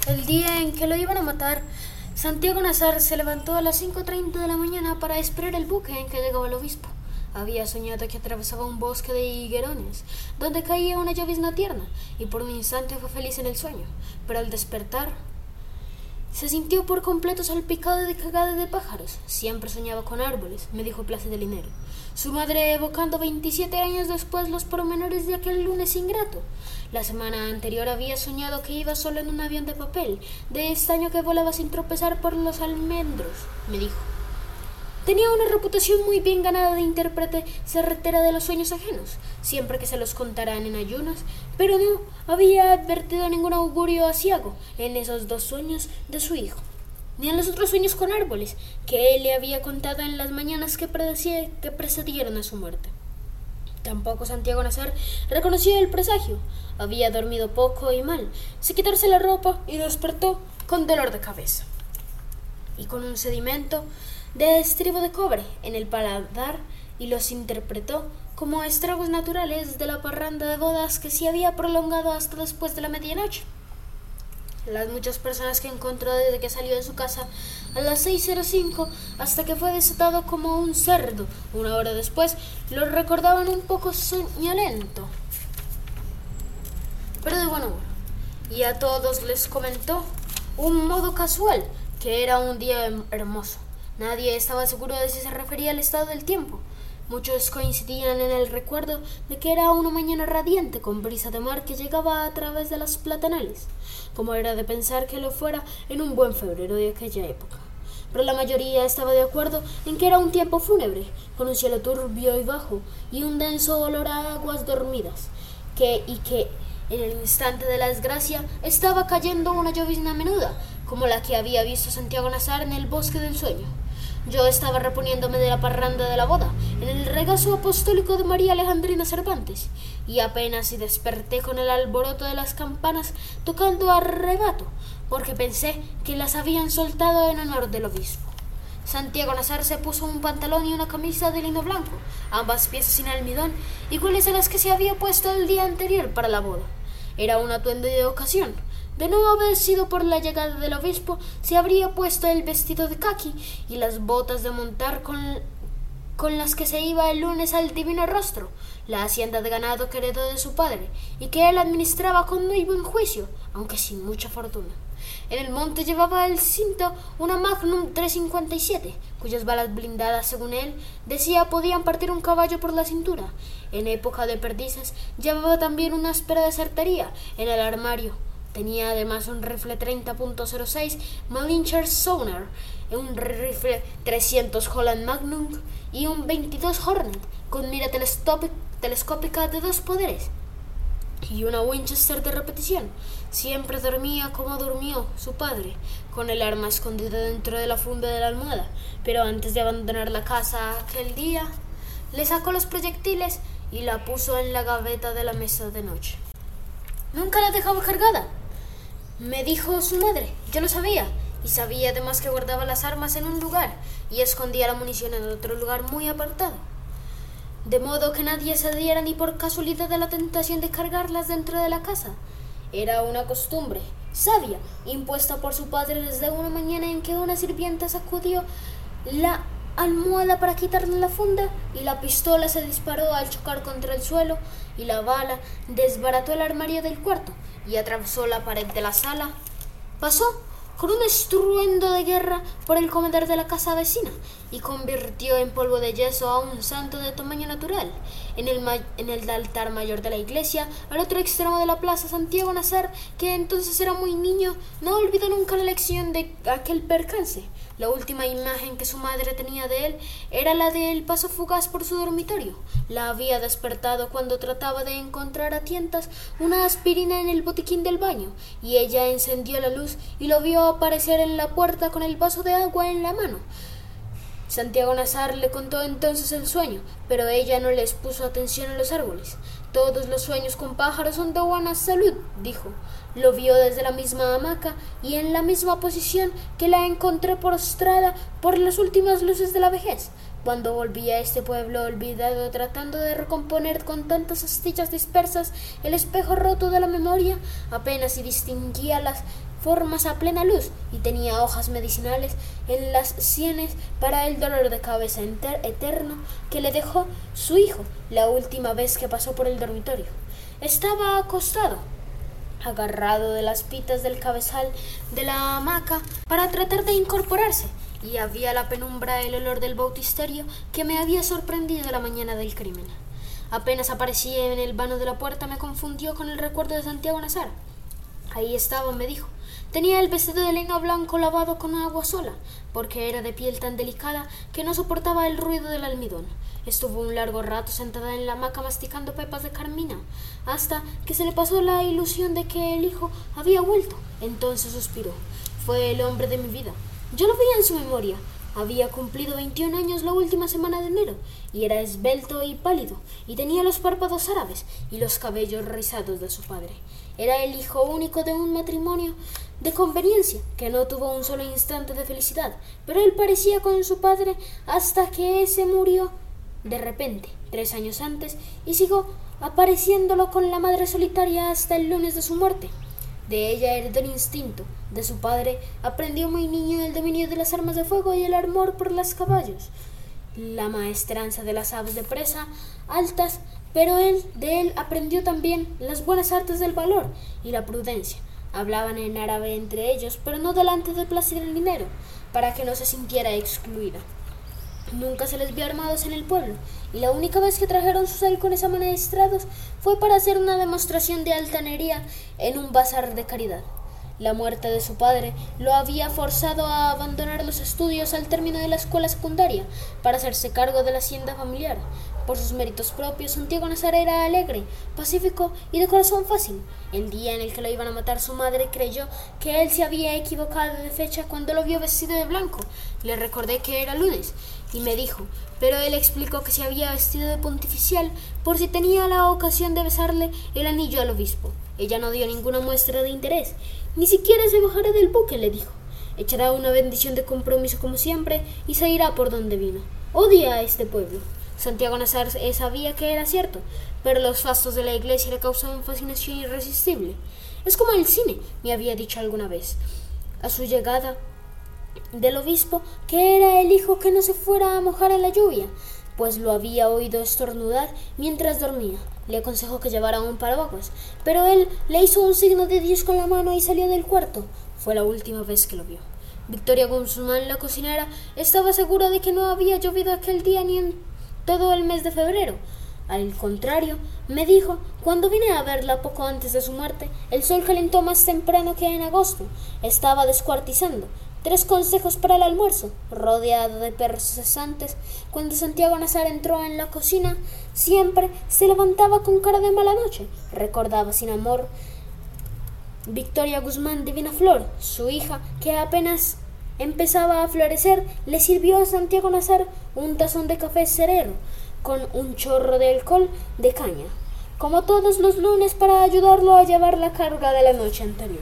El día en que lo iban a matar, Santiago Nazar se levantó a las 5:30 de la mañana para esperar el buque en que llegaba el obispo. Había soñado que atravesaba un bosque de higuerones, donde caía una llovizna tierna, y por un instante fue feliz en el sueño, pero al despertar se sintió por completo salpicado de cagada de pájaros. Siempre soñaba con árboles, me dijo Plácido Linero, su madre evocando 27 años después los pormenores de aquel lunes ingrato. La semana anterior había soñado que iba solo en un avión de papel, de estaño que volaba sin tropezar por los almendros, me dijo. Tenía una reputación muy bien ganada de intérprete certera de los sueños ajenos, siempre que se los contaran en ayunas, pero no había advertido ningún augurio aciago en esos dos sueños de su hijo, ni en los otros sueños con árboles que él le había contado en las mañanas que precedieron a su muerte. Tampoco Santiago Nazar reconocía el presagio. Había dormido poco y mal, sin quitarse la ropa, y despertó con dolor de cabeza y con un sedimento de estribo de cobre en el paladar, y los interpretó como estragos naturales de la parranda de bodas que se había prolongado hasta después de la medianoche. Las muchas personas que encontró desde que salió de su casa a las 6:05 hasta que fue desatado como un cerdo una hora después lo recordaban un poco soñolento, pero de buen humor, y a todos les comentó un modo casual que era un día hermoso. Nadie estaba seguro de si se refería al estado del tiempo. Muchos coincidían en el recuerdo de que era una mañana radiante con brisa de mar que llegaba a través de las platanales, como era de pensar que lo fuera en un buen febrero de aquella época. Pero la mayoría estaba de acuerdo en que era un tiempo fúnebre, con un cielo turbio y bajo y un denso olor a aguas dormidas, que en el instante de la desgracia estaba cayendo una llovizna menuda, como la que había visto Santiago Nazar en el bosque del sueño. Yo estaba reponiéndome de la parranda de la boda, en el regazo apostólico de María Alejandrina Cervantes, y apenas si desperté con el alboroto de las campanas tocando a rebato, porque pensé que las habían soltado en honor del obispo. Santiago Nazar se puso un pantalón y una camisa de lino blanco, ambas piezas sin almidón, iguales a las que se había puesto el día anterior para la boda. Era un atuendo de ocasión. De no haber sido por la llegada del obispo, se habría puesto el vestido de caqui y las botas de montar con las que se iba el lunes al Divino Rostro, la hacienda de ganado que heredó de su padre, y que él administraba con muy buen juicio, aunque sin mucha fortuna. En el monte llevaba el cinto una Magnum 357, cuyas balas blindadas, según él decía, podían partir un caballo por la cintura. En época de perdices llevaba también una áspera de certería en el armario. Tenía además un rifle 30.06 Malincher Sonar, un rifle 300 Holland Magnum y un 22 Hornet con mira telescópica de 2 poderes y una Winchester de repetición. Siempre dormía como durmió su padre, con el arma escondida dentro de la funda de la almohada, pero antes de abandonar la casa aquel día, le sacó los proyectiles y la puso en la gaveta de la mesa de noche. Nunca la dejaba cargada, me dijo su madre. Yo lo sabía, y sabía además que guardaba las armas en un lugar y escondía la munición en otro lugar muy apartado, de modo que nadie se diera ni por casualidad a la tentación de cargarlas dentro de la casa. Era una costumbre sabia, impuesta por su padre desde una mañana en que una sirvienta sacudió la almohada para quitarle la funda, y la pistola se disparó al chocar contra el suelo, y la bala desbarató el armario del cuarto y atravesó la pared de la sala. Pasó con un estruendo de guerra por el comedor de la casa vecina y convirtió en polvo de yeso a un santo de tamaño natural. En el altar mayor de la iglesia, al otro extremo de la plaza, Santiago Nazar, que entonces era muy niño, no olvidó nunca la lección de aquel percance. La última imagen que su madre tenía de él era la del paso fugaz por su dormitorio. La había despertado cuando trataba de encontrar a tientas una aspirina en el botiquín del baño, y ella encendió la luz y lo vio aparecer en la puerta con el vaso de agua en la mano. Santiago Nazar le contó entonces el sueño, pero ella no les puso atención a los árboles. Todos los sueños con pájaros son de buena salud, dijo. Lo vio desde la misma hamaca y en la misma posición que la encontré postrada por las últimas luces de la vejez, cuando volví a este pueblo olvidado, tratando de recomponer con tantas astillas dispersas el espejo roto de la memoria. Apenas si distinguía las formas a plena luz y tenía hojas medicinales en las sienes para el dolor de cabeza eterno que le dejó su hijo la última vez que pasó por el dormitorio. Estaba acostado, agarrado de las pitas del cabezal de la hamaca para tratar de incorporarse, y había la penumbra el olor del bautisterio que me había sorprendido la mañana del crimen. Apenas aparecí en el vano de la puerta me confundió con el recuerdo de Santiago Nazar. Ahí estaba, me dijo. Tenía el vestido de lino blanco lavado con agua sola, porque era de piel tan delicada que no soportaba el ruido del almidón. Estuvo un largo rato sentada en la hamaca masticando pepas de carmina, hasta que se le pasó la ilusión de que el hijo había vuelto. Entonces suspiró. Fue el hombre de mi vida. Yo lo veía en su memoria. Había cumplido 21 años la última semana de enero, y era esbelto y pálido, y tenía los párpados árabes y los cabellos rizados de su padre. Era el hijo único de un matrimonio de conveniencia que no tuvo un solo instante de felicidad, pero él parecía con su padre hasta que ese murió de repente 3 años antes, y siguió apareciéndolo con la madre solitaria hasta el lunes de su muerte. De ella heredó el instinto. De su padre aprendió muy niño el dominio de las armas de fuego y el amor por los caballos, la maestranza de las aves de presa altas, pero de él aprendió también las buenas artes del valor y la prudencia. Hablaban en árabe entre ellos, pero no delante de Plaza del dinero, para que no se sintiera excluida. Nunca se les vio armados en el pueblo, y la única vez que trajeron sus halcones amaestrados fue para hacer una demostración de altanería en un bazar de caridad. La muerte de su padre lo había forzado a abandonar los estudios al término de la escuela secundaria para hacerse cargo de la hacienda familiar. Por sus méritos propios, Santiago Nazar era alegre, pacífico y de corazón fácil. El día en el que lo iban a matar, su madre creyó que él se había equivocado de fecha cuando lo vio vestido de blanco. Le recordé que era lunes y me dijo, pero él explicó que se había vestido de pontificial por si tenía la ocasión de besarle el anillo al obispo. Ella no dio ninguna muestra de interés, ni siquiera se bajará del buque, le dijo. Echará una bendición de compromiso como siempre y se irá por donde vino. Odia a este pueblo. Santiago Nazar sabía que era cierto, pero los fastos de la iglesia le causaban fascinación irresistible. Es como el cine, me había dicho alguna vez, a su llegada del obispo, que era el hijo que no se fuera a mojar en la lluvia, pues lo había oído estornudar mientras dormía. Le aconsejó que llevara un paraguas, pero él le hizo un signo de Dios con la mano y salió del cuarto. Fue la última vez que lo vio. Victoria Guzmán, la cocinera, estaba segura de que no había llovido aquel día ni en todo el mes de febrero. Al contrario, me dijo, cuando vine a verla poco antes de su muerte, el sol calentó más temprano que en agosto. Estaba descuartizando. 3 consejos para el almuerzo, rodeado de perros cesantes. Cuando Santiago Nazar entró en la cocina, siempre se levantaba con cara de mala noche. Recordaba sin amor Victoria Guzmán Divina Flor, su hija, que apenas empezaba a florecer, le sirvió a Santiago Nazar un tazón de café cerero con un chorro de alcohol de caña, como todos los lunes, para ayudarlo a llevar la carga de la noche anterior.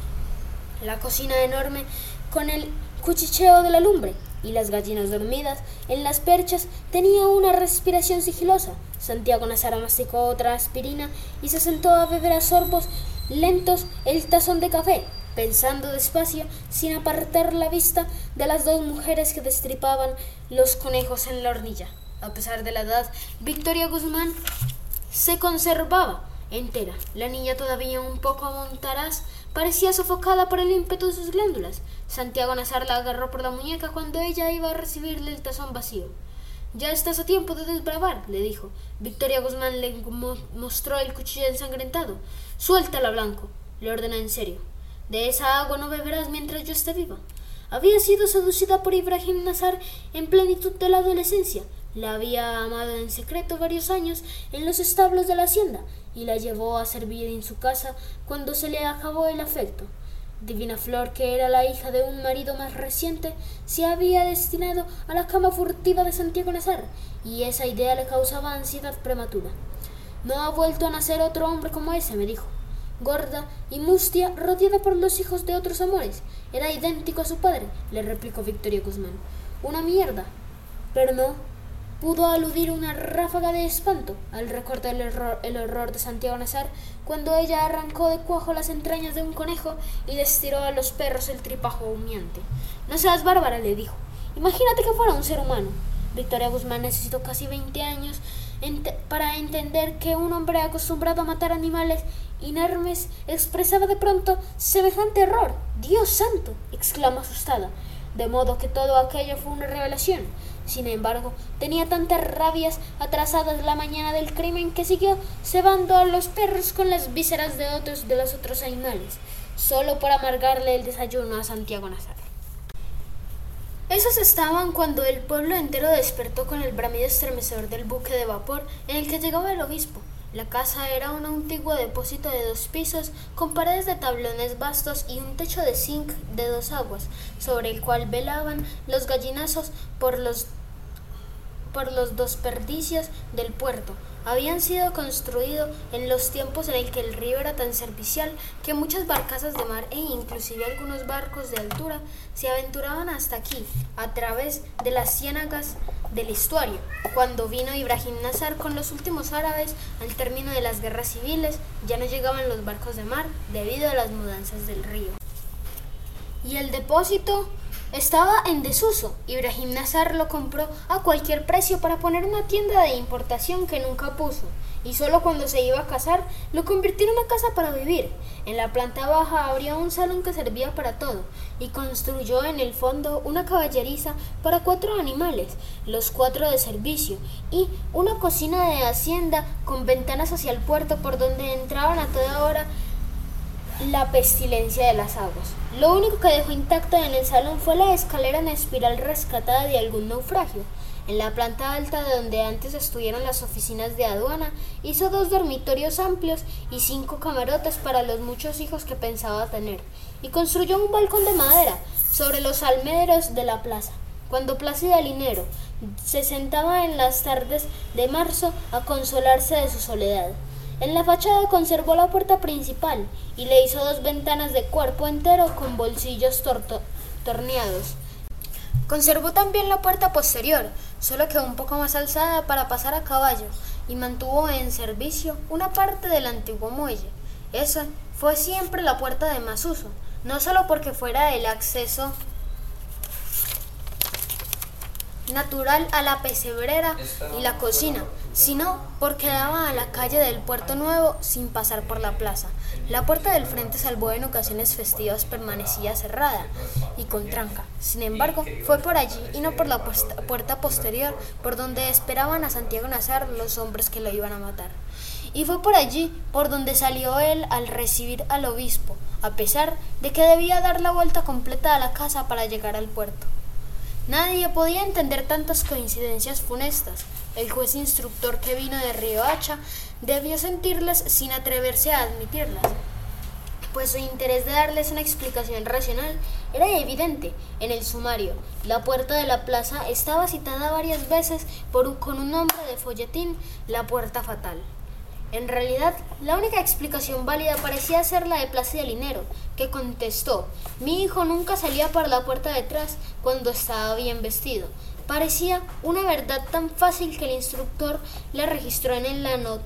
La cocina enorme, con el cuchicheo de la lumbre y las gallinas dormidas en las perchas, tenía una respiración sigilosa. Santiago Nazar masticó otra aspirina y se sentó a beber a sorbos lentos el tazón de café, pensando despacio, sin apartar la vista de las 2 mujeres que destripaban los conejos en la hornilla. A pesar de la edad, Victoria Guzmán se conservaba entera. La niña, todavía un poco montaraz, parecía sofocada por el ímpetu de sus glándulas. Santiago Nazar la agarró por la muñeca cuando ella iba a recibirle el tazón vacío. «Ya estás a tiempo de desbravar», le dijo. Victoria Guzmán le mostró el cuchillo ensangrentado. «Suéltala, Blanco», le ordenó en serio. «De esa agua no beberás mientras yo esté viva». Había sido seducida por Ibrahim Nazar en plenitud de la adolescencia. La había amado en secreto varios años en los establos de la hacienda y la llevó a servir en su casa cuando se le acabó el afecto. Divina Flor, que era la hija de un marido más reciente, se había destinado a la cama furtiva de Santiago Nazar, y esa idea le causaba ansiedad prematura. «No ha vuelto a nacer otro hombre como ese», me dijo. Gorda y mustia, rodeada por los hijos de otros amores. «Era idéntico a su padre», le replicó Victoria Guzmán. «Una mierda». «Pero no. pudo aludir una ráfaga de espanto al recordar el horror de Santiago Nazar cuando ella arrancó de cuajo las entrañas de un conejo y les tiró a los perros el tripajo humeante. No seas bárbara, le dijo. Imagínate que fuera un ser humano. Victoria Guzmán necesitó casi 20 años para entender que un hombre acostumbrado a matar animales inermes expresaba de pronto semejante horror. ¡Dios santo!, exclamó asustada, de modo que todo aquello fue una revelación. Sin embargo, tenía tantas rabias atrasadas la mañana del crimen que siguió cebando a los perros con las vísceras de los otros animales, solo por amargarle el desayuno a Santiago Nazar. Esos estaban cuando el pueblo entero despertó con el bramido estremecedor del buque de vapor en el que llegaba el obispo. La casa era un antiguo depósito de 2 pisos, con paredes de tablones vastos y un techo de zinc de 2 aguas, sobre el cual velaban los gallinazos por los 2 perdicios del puerto. Habían sido construidos en los tiempos en el que el río era tan servicial que muchas barcazas de mar e inclusive algunos barcos de altura se aventuraban hasta aquí, a través de las ciénagas del estuario. Cuando vino Ibrahim Nazar con los últimos árabes al término de las guerras civiles, ya no llegaban los barcos de mar debido a las mudanzas del río. Y el depósito estaba en desuso. Ibrahim Nazar lo compró a cualquier precio para poner una tienda de importación que nunca puso, y solo cuando se iba a casar lo convirtió en una casa para vivir. En la planta baja habría un salón que servía para todo, y construyó en el fondo una caballeriza para 4 animales, los 4 de servicio, y una cocina de hacienda con ventanas hacia el puerto por donde entraban a toda hora la pestilencia de las aguas. Lo único que dejó intacta en el salón fue la escalera en espiral rescatada de algún naufragio. En la planta alta, de donde antes estuvieron las oficinas de aduana, hizo 2 dormitorios amplios y 5 camarotes para los muchos hijos que pensaba tener, y construyó un balcón de madera sobre los almederos de la plaza. Cuando Plácida Linero se sentaba en las tardes de marzo a consolarse de su soledad, en la fachada conservó la puerta principal y le hizo 2 ventanas de cuerpo entero con bolsillos torneados. Conservó también la puerta posterior, solo que un poco más alzada para pasar a caballo, y mantuvo en servicio una parte del antiguo muelle. Esa fue siempre la puerta de más uso, no solo porque fuera el acceso natural a la pesebrera y la cocina, sino porque daba a la calle del Puerto Nuevo sin pasar por la plaza. La puerta del frente, salvo en ocasiones festivas, permanecía cerrada y con tranca. Sin embargo, fue por allí y no por la puerta posterior por donde esperaban a Santiago Nazar los hombres que lo iban a matar. Y fue por allí por donde salió él al recibir al obispo, a pesar de que debía dar la vuelta completa a la casa para llegar al puerto. Nadie podía entender tantas coincidencias funestas. El juez instructor que vino de Riohacha debió sentirlas sin atreverse a admitirlas, pues su interés de darles una explicación racional era evidente. En el sumario, la puerta de la plaza estaba citada varias veces con un nombre de folletín: la puerta fatal. En realidad, la única explicación válida parecía ser la de Plácida Linero, que contestó: mi hijo nunca salía por la puerta de atrás cuando estaba bien vestido. Parecía una verdad tan fácil que el instructor la registró en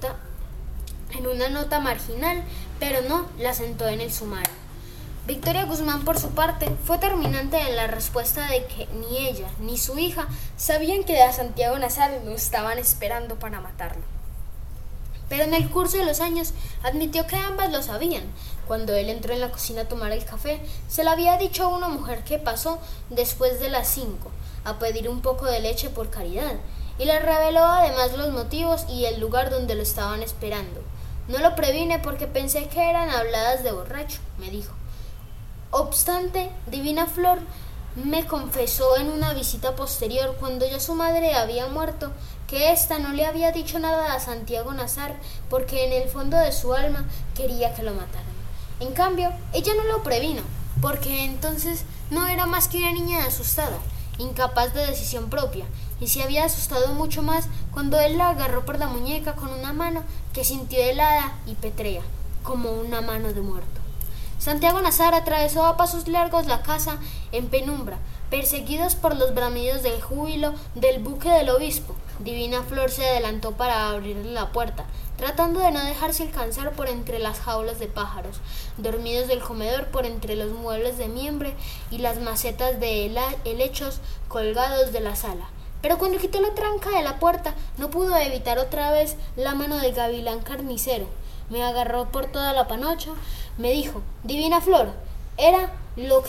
una nota marginal, pero no la sentó en el sumario. Victoria Guzmán, por su parte, fue terminante en la respuesta de que ni ella ni su hija sabían que a Santiago Nazar lo estaban esperando para matarlo. Pero en el curso de los años admitió que ambas lo sabían. Cuando él entró en la cocina a tomar el café, se lo había dicho a una mujer que pasó después de las 5 a pedir un poco de leche por caridad, y le reveló además los motivos y el lugar donde lo estaban esperando. No lo previne porque pensé que eran habladas de borracho, me dijo. Obstante, Divina Flor me confesó en una visita posterior, cuando ya su madre había muerto, que ésta no le había dicho nada a Santiago Nazar porque en el fondo de su alma quería que lo mataran. En cambio, ella no lo previno, porque entonces no era más que una niña asustada, incapaz de decisión propia, y se había asustado mucho más cuando él la agarró por la muñeca con una mano que sintió helada y pétrea, como una mano de muerto. Santiago Nazar atravesó a pasos largos la casa en penumbra, perseguidos por los bramidos de júbilo del buque del obispo. Divina Flor se adelantó para abrirle la puerta, tratando de no dejarse alcanzar por entre las jaulas de pájaros, dormidos del comedor, por entre los muebles de mimbre y las macetas de helechos colgados de la sala. Pero cuando quitó la tranca de la puerta, no pudo evitar otra vez la mano del gavilán carnicero. Me agarró por toda la panocha, me dijo: Divina Flor, era lo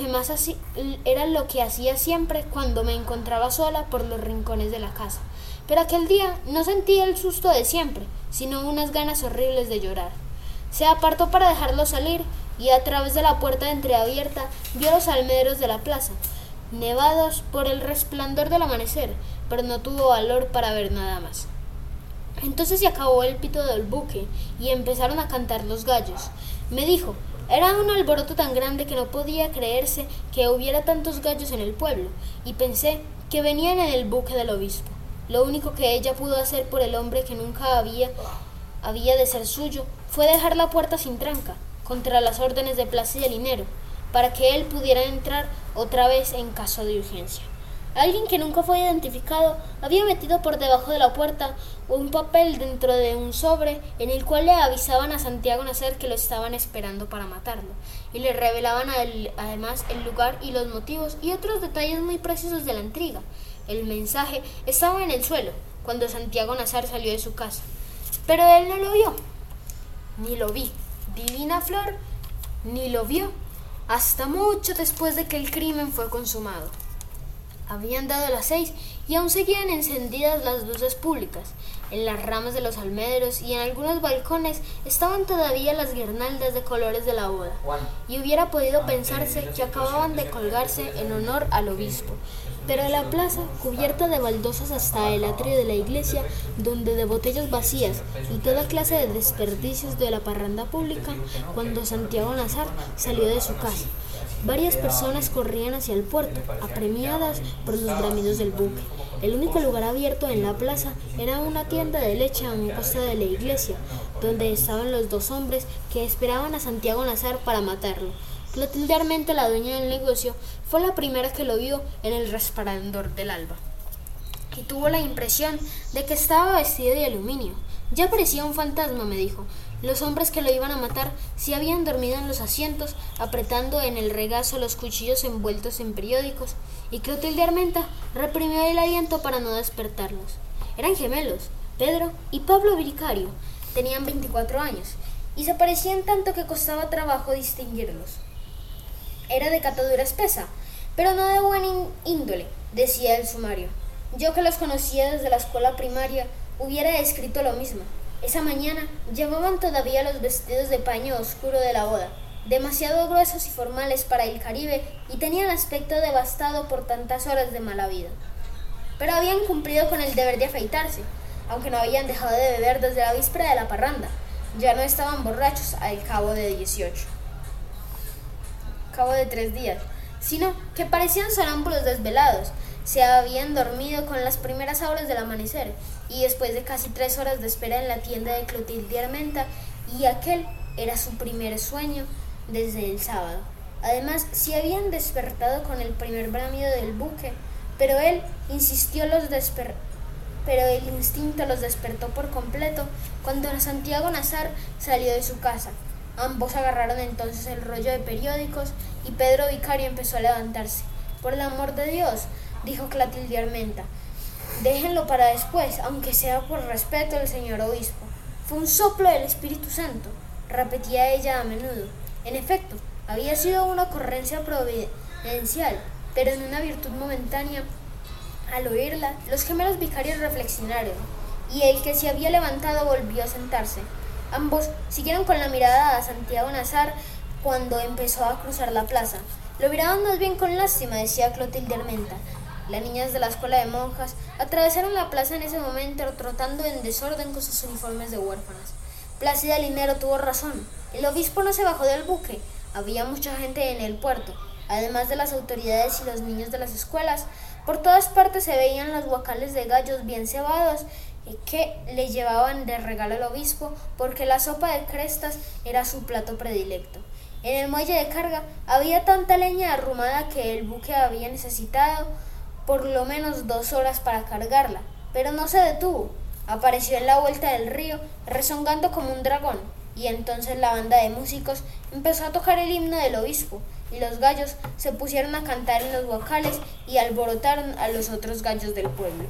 que hacía siempre cuando me encontraba sola por los rincones de la casa. Pero aquel día no sentí el susto de siempre, sino unas ganas horribles de llorar. Se apartó para dejarlo salir y a través de la puerta entreabierta vio los almendros de la plaza, nevados por el resplandor del amanecer, pero no tuvo valor para ver nada más. Entonces se acabó el pito del buque y empezaron a cantar los gallos. Me dijo: era un alboroto tan grande que no podía creerse que hubiera tantos gallos en el pueblo, y pensé que venían en el buque del obispo. Lo único que ella pudo hacer por el hombre que nunca había de ser suyo fue dejar la puerta sin tranca, contra las órdenes de Plácida Linero, para que él pudiera entrar otra vez en caso de urgencia. Alguien que nunca fue identificado había metido por debajo de la puerta un papel dentro de un sobre en el cual le avisaban a Santiago Nacer que lo estaban esperando para matarlo, y le revelaban además el lugar y los motivos y otros detalles muy precisos de la intriga. El mensaje estaba en el suelo cuando Santiago Nacer salió de su casa, pero él no lo vio, ni lo vi. Divina Flor ni lo vio hasta mucho después de que el crimen fue consumado. Habían dado las 6 y aún seguían encendidas las luces públicas. En las ramas de los almendros y en algunos balcones estaban todavía las guirnaldas de colores de la boda, y hubiera podido pensarse que acababan de colgarse en honor al obispo. Pero en la plaza, cubierta de baldosas hasta el atrio de la iglesia, donde de botellas vacías y toda clase de desperdicios de la parranda pública, cuando Santiago Nacer salió de su casa, varias personas corrían hacia el puerto, apremiadas por los bramidos del buque. El único lugar abierto en la plaza era una tienda de leche a un costado de la iglesia, donde estaban los 2 hombres que esperaban a Santiago Nacer para matarlo. Clotilde Armenta, la dueña del negocio, fue la primera que lo vio en el resplandor del alba, y tuvo la impresión de que estaba vestido de aluminio. Ya parecía un fantasma, me dijo. Los hombres que lo iban a matar se habían dormido en los asientos, apretando en el regazo los cuchillos envueltos en periódicos, y Clotilde Armenta reprimió el aliento para no despertarlos. Eran gemelos, Pedro y Pablo Vicario. Tenían 24 años, y se parecían tanto que costaba trabajo distinguirlos. Era de catadura espesa, pero no de buen índole, decía el sumario. Yo, que los conocía desde la escuela primaria, hubiera escrito lo mismo. Esa mañana llevaban todavía los vestidos de paño oscuro de la boda, demasiado gruesos y formales para el Caribe, y tenían aspecto devastado por tantas horas de mala vida. Pero habían cumplido con el deber de afeitarse, aunque no habían dejado de beber desde la víspera de la parranda. Ya no estaban borrachos al cabo de 3 días, sino que parecían sonámbulos desvelados. Se habían dormido con las primeras horas del amanecer, y después de casi 3 horas de espera en la tienda de Clotilde Armenta, y aquel era su primer sueño desde el sábado. Además, se habían despertado con el primer bramido del buque, pero el instinto los despertó por completo cuando Santiago Nacer salió de su casa. Ambos agarraron entonces el rollo de periódicos y Pedro Vicario empezó a levantarse. Por el amor de Dios, dijo Clotilde Armenta, déjenlo para después, aunque sea por respeto al señor obispo. Fue un soplo del Espíritu Santo, repetía ella a menudo. En efecto, había sido una ocurrencia providencial, pero en una virtud momentánea. Al oírla, los gemelos vicarios reflexionaron, y el que se había levantado volvió a sentarse. Ambos siguieron con la mirada a Santiago Nacer cuando empezó a cruzar la plaza. Lo miraban más bien con lástima, decía Clotilde Armenta. Las niñas de la escuela de monjas atravesaron la plaza en ese momento, trotando en desorden con sus uniformes de huérfanas. Plácida Linero tuvo razón. El obispo no se bajó del buque. Había mucha gente en el puerto, además de las autoridades y los niños de las escuelas. Por todas partes se veían los guacales de gallos bien cebados que le llevaban de regalo al obispo, porque la sopa de crestas era su plato predilecto. En el muelle de carga había tanta leña arrumada que el buque había necesitado por lo menos 2 horas para cargarla. pero no se detuvo. Apareció en la vuelta del río, rezongando como un dragón, y entonces la banda de músicos empezó a tocar el himno del obispo, y los gallos se pusieron a cantar en los guacales y alborotaron a los otros gallos del pueblo.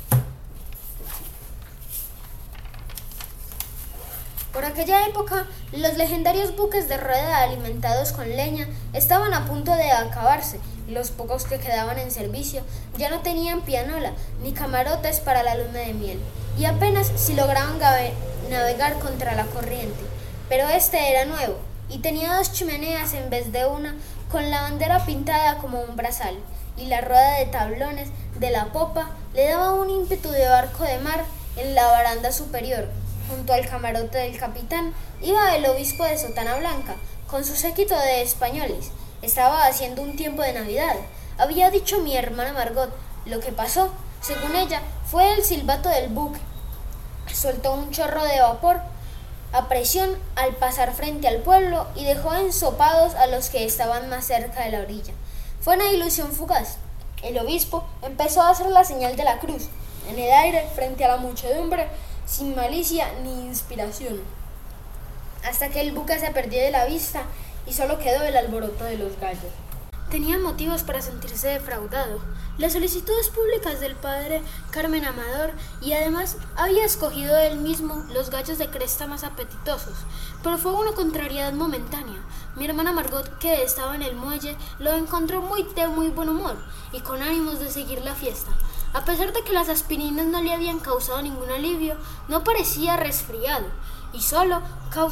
Por aquella época, los legendarios buques de rueda alimentados con leña estaban a punto de acabarse, y los pocos que quedaban en servicio ya no tenían pianola ni camarotes para la luna de miel, y apenas si lograban navegar contra la corriente. Pero este era nuevo, y tenía 2 chimeneas en vez de una, con la bandera pintada como un brazal, y la rueda de tablones de la popa le daba un ímpetu de barco de mar. En la baranda superior, junto al camarote del capitán, iba el obispo de sotana blanca, con su séquito de españoles. Estaba haciendo un tiempo de Navidad. Había dicho mi hermana Margot. Lo que pasó, según ella, fue el silbato del buque. Soltó un chorro de vapor a presión al pasar frente al pueblo y dejó ensopados a los que estaban más cerca de la orilla. Fue una ilusión fugaz. El obispo empezó a hacer la señal de la cruz en el aire frente a la muchedumbre, sin malicia ni inspiración, hasta que el buque se perdió de la vista y solo quedó el alboroto de los gallos. Tenía motivos para sentirse defraudado. Las solicitudes públicas del padre Carmen Amador, y además había escogido él mismo los gallos de cresta más apetitosos, pero fue una contrariedad momentánea. Mi hermana Margot, que estaba en el muelle, lo encontró de muy buen humor y con ánimos de seguir la fiesta. A pesar de que las aspirinas no le habían causado ningún alivio, no parecía resfriado y solo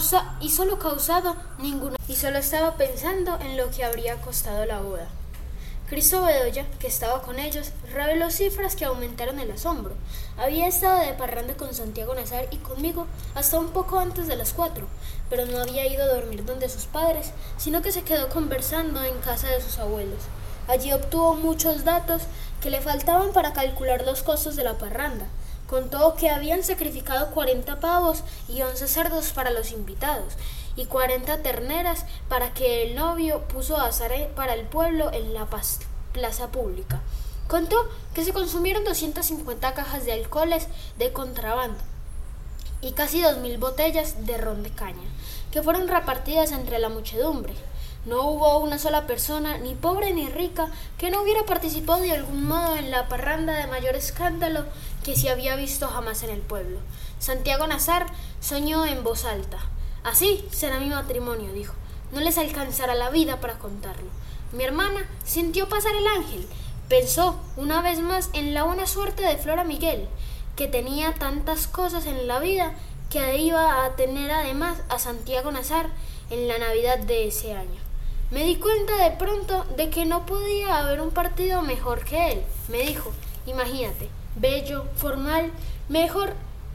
estaba pensando en lo que habría costado la boda. Cristo Bedoya, que estaba con ellos, reveló cifras que aumentaron el asombro. Había estado de parranda con Santiago Nazar y conmigo hasta un poco antes de las 4, pero no había ido a dormir donde sus padres, sino que se quedó conversando en casa de sus abuelos. Allí obtuvo muchos datos que le faltaban para calcular los costos de la parranda. Contó que habían sacrificado 40 pavos y 11 cerdos para los invitados, y 40 terneras para que el novio puso a asar para el pueblo en la plaza pública. Contó que se consumieron 250 cajas de alcoholes de contrabando y casi 2.000 botellas de ron de caña, que fueron repartidas entre la muchedumbre. No hubo una sola persona, ni pobre ni rica, que no hubiera participado de algún modo en la parranda de mayor escándalo que se había visto jamás en el pueblo. Santiago Nazar soñó en voz alta. Así será mi matrimonio, dijo. No les alcanzará la vida para contarlo. Mi hermana sintió pasar el ángel. Pensó una vez más en la buena suerte de Flora Miguel, que tenía tantas cosas en la vida que iba a tener además a Santiago Nazar en la Navidad de ese año. Me di cuenta de pronto de que no podía haber un partido mejor que él, me dijo. Imagínate, bello, formal, mejor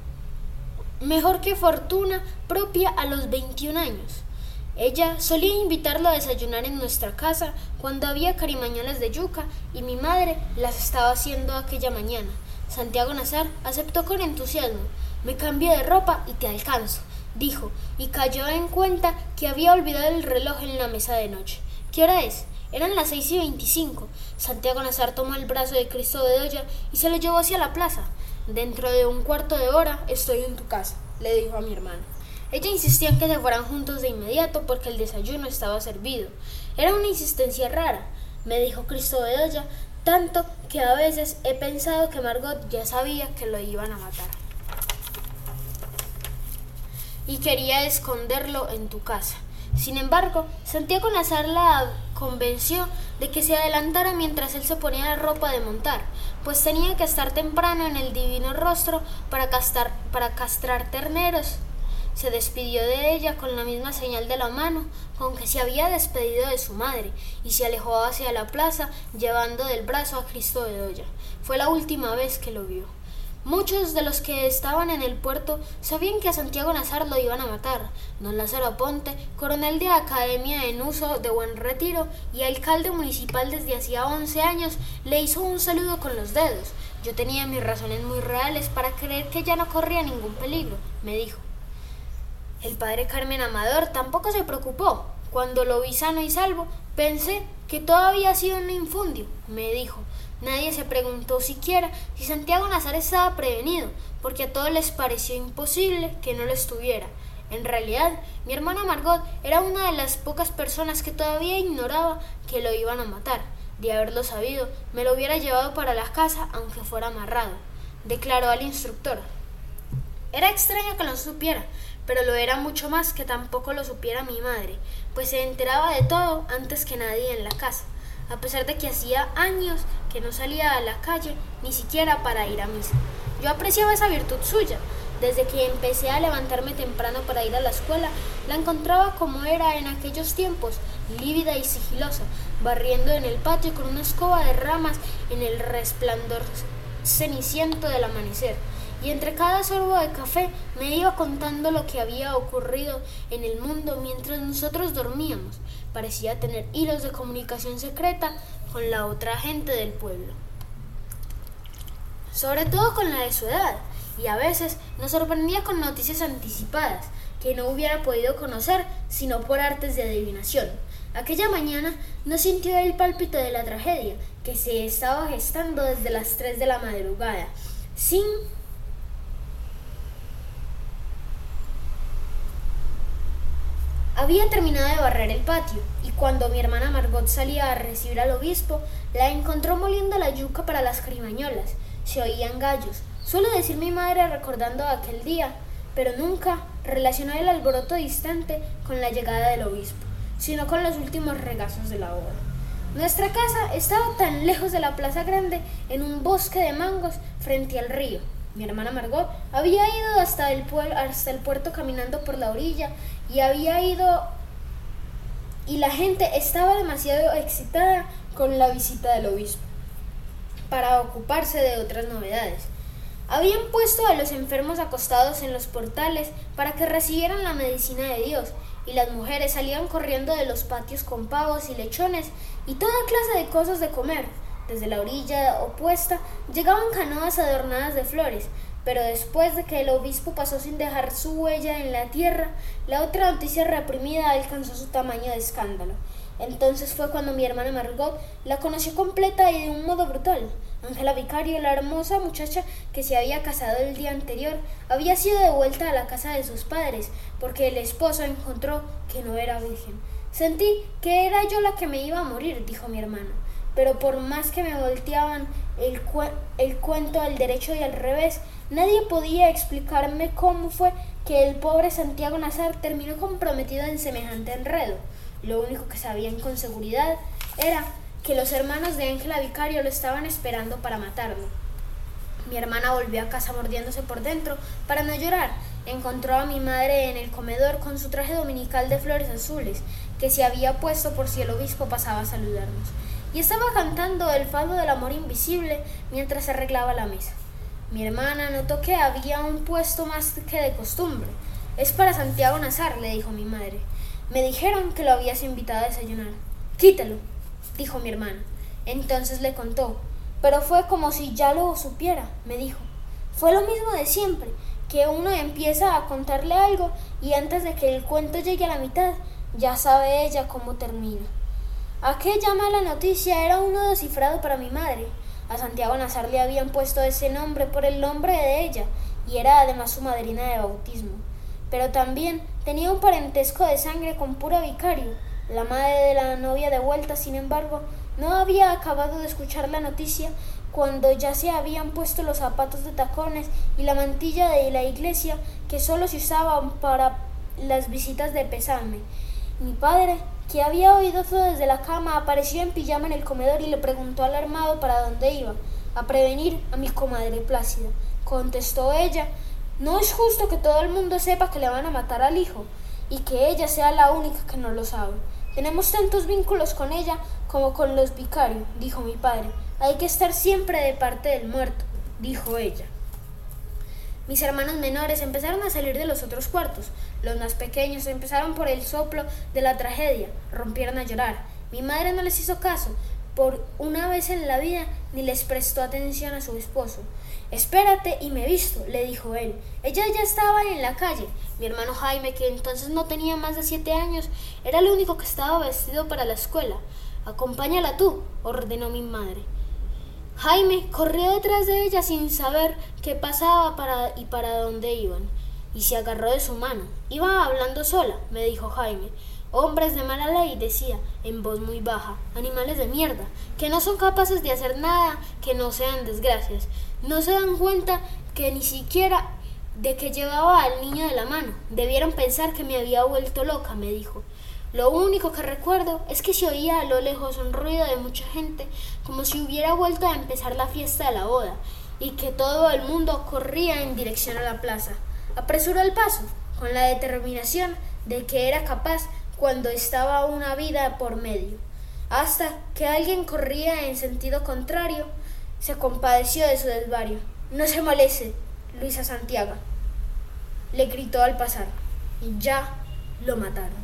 que fortuna propia a los 21 años. Ella solía invitarlo a desayunar en nuestra casa cuando había carimañolas de yuca y mi madre las estaba haciendo aquella mañana. Santiago Nazar aceptó con entusiasmo. Me cambio de ropa y te alcanzo, dijo, y cayó en cuenta que había olvidado el reloj en la mesa de noche. ¿Qué hora es? Eran las 6:25. Santiago Nazar tomó el brazo de Cristo Bedoya y se lo llevó hacia la plaza. Dentro de un cuarto de hora estoy en tu casa, le dijo a mi hermana. Ella insistía en que se fueran juntos de inmediato porque el desayuno estaba servido. Era una insistencia rara, me dijo Cristo Bedoya, tanto que a veces he pensado que Margot ya sabía que lo iban a matar y quería esconderlo en tu casa. Sin embargo, Santiago Nazar la convenció de que se adelantara mientras él se ponía la ropa de montar, pues tenía que estar temprano en el Divino Rostro para castrar terneros. Se despidió de ella con la misma señal de la mano con que se había despedido de su madre y se alejó hacia la plaza llevando del brazo a Cristo Bedoya. Fue la última vez que lo vio. Muchos de los que estaban en el puerto sabían que a Santiago Nazar lo iban a matar. Don Lázaro Aponte, coronel de academia en uso de Buen Retiro y alcalde municipal desde hacía 11 años, le hizo un saludo con los dedos. Yo tenía mis razones muy reales para creer que ya no corría ningún peligro, me dijo. El padre Carmen Amador tampoco se preocupó, Cuando lo vi sano y salvo, pensé que todo había sido un infundio, me dijo. Nadie se preguntó siquiera si Santiago Nazar estaba prevenido, porque a todos les pareció imposible que no lo estuviera. En realidad, mi hermana Margot era una de las pocas personas que todavía ignoraba que lo iban a matar. De haberlo sabido, me lo hubiera llevado para la casa aunque fuera amarrado, declaró al instructor. Era extraño que lo supiera, pero lo era mucho más que tampoco lo supiera mi madre, pues se enteraba de todo antes que nadie en la casa, a pesar de que hacía años que no salía a la calle ni siquiera para ir a misa. Yo apreciaba esa virtud suya. Desde que empecé a levantarme temprano para ir a la escuela, la encontraba como era en aquellos tiempos, lívida y sigilosa, barriendo en el patio con una escoba de ramas en el resplandor ceniciento del amanecer. Y entre cada sorbo de café me iba contando lo que había ocurrido en el mundo mientras nosotros dormíamos. Parecía tener hilos de comunicación secreta con la otra gente del pueblo, sobre todo con la de su edad, y a veces nos sorprendía con noticias anticipadas que no hubiera podido conocer sino por artes de adivinación. Aquella mañana no sintió el pálpito de la tragedia que se estaba gestando desde las 3 de la madrugada. Había terminado de barrer el patio, y cuando mi hermana Margot salía a recibir al obispo, la encontró moliendo la yuca para las crimañolas. Se oían gallos. Suele decir mi madre recordando aquel día, pero nunca relacionó el alboroto distante con la llegada del obispo, sino con los últimos regazos de la boda. Nuestra casa estaba tan lejos de la plaza grande, en un bosque de mangos frente al río. Mi hermana Margot había ido hasta el puerto caminando por la orilla y la gente estaba demasiado excitada con la visita del obispo para ocuparse de otras novedades. Habían puesto a los enfermos acostados en los portales para que recibieran la medicina de Dios, y las mujeres salían corriendo de los patios con pavos y lechones y toda clase de cosas de comer. Desde la orilla opuesta llegaban canoas adornadas de flores, pero después de que el obispo pasó sin dejar su huella en la tierra, la otra noticia reprimida alcanzó su tamaño de escándalo. Entonces fue cuando mi hermana Margot la conoció completa y de un modo brutal. Ángela Vicario, la hermosa muchacha que se había casado el día anterior, había sido devuelta a la casa de sus padres porque el esposo encontró que no era virgen. Sentí que era yo la que me iba a morir, dijo mi hermana, pero por más que me volteaban el cuento al derecho y al revés, nadie podía explicarme cómo fue que el pobre Santiago Nazar terminó comprometido en semejante enredo. Lo único que sabían con seguridad era que los hermanos de Ángela Vicario lo estaban esperando para matarlo. Mi hermana volvió a casa mordiéndose por dentro para no llorar. Encontró a mi madre en el comedor con su traje dominical de flores azules que se había puesto por si el obispo pasaba a saludarnos, y estaba cantando el fado del amor invisible mientras se arreglaba la mesa. Mi hermana notó que había un puesto más que de costumbre. «Es para Santiago Nazar», le dijo mi madre. «Me dijeron que lo habías invitado a desayunar». «Quítalo», dijo mi hermana. Entonces le contó, pero fue como si ya lo supiera. Me dijo, fue lo mismo de siempre, que uno empieza a contarle algo y antes de que el cuento llegue a la mitad, ya sabe ella cómo termina. Aquella mala noticia era un nudo cifrado para mi madre. A Santiago Nazar le habían puesto ese nombre por el nombre de ella, y era además su madrina de bautismo. Pero también tenía un parentesco de sangre con Pura Vicario. La madre de la novia de vuelta, sin embargo, no había acabado de escuchar la noticia cuando ya se habían puesto los zapatos de tacones y la mantilla de la iglesia que solo se usaban para las visitas de pésame. Mi padre, que había oído todo desde la cama, apareció en pijama en el comedor y le preguntó alarmado para dónde iba. «A prevenir a mi comadre Plácida», contestó ella. «No es justo que todo el mundo sepa que le van a matar al hijo y que ella sea la única que no lo sabe. Tenemos tantos vínculos con ella como con los Vicario», dijo mi padre. «Hay que estar siempre de parte del muerto», dijo ella. Mis hermanos menores empezaron a salir de los otros cuartos. Los más pequeños empezaron por el soplo de la tragedia, rompieron a llorar. Mi madre no les hizo caso, Por una vez en la vida ni les prestó atención a su esposo. Espérate y me visto, le dijo él. Ella ya estaba en la calle. Mi hermano Jaime, que entonces no tenía más de 7 años, era el único que estaba vestido para la escuela. Acompáñala tú, ordenó mi madre. Jaime corrió detrás de ella sin saber qué pasaba y para dónde iban, y se agarró de su mano. Iba hablando sola, me dijo Jaime. Hombres de mala ley, decía, en voz muy baja, animales de mierda, que no son capaces de hacer nada que no sean desgracias. No se dan cuenta que ni siquiera de que llevaba al niño de la mano. Debieron pensar que me había vuelto loca, me dijo. Lo único que recuerdo es que se oía a lo lejos un ruido de mucha gente, como si hubiera vuelto a empezar la fiesta de la boda, y que todo el mundo corría en dirección a la plaza. Apresuró el paso, con la determinación de que era capaz cuando estaba una vida por medio. Hasta que alguien corría en sentido contrario, se compadeció de su desvarío. No se moleste, Luisa Santiago, le gritó al pasar, y ya lo mataron.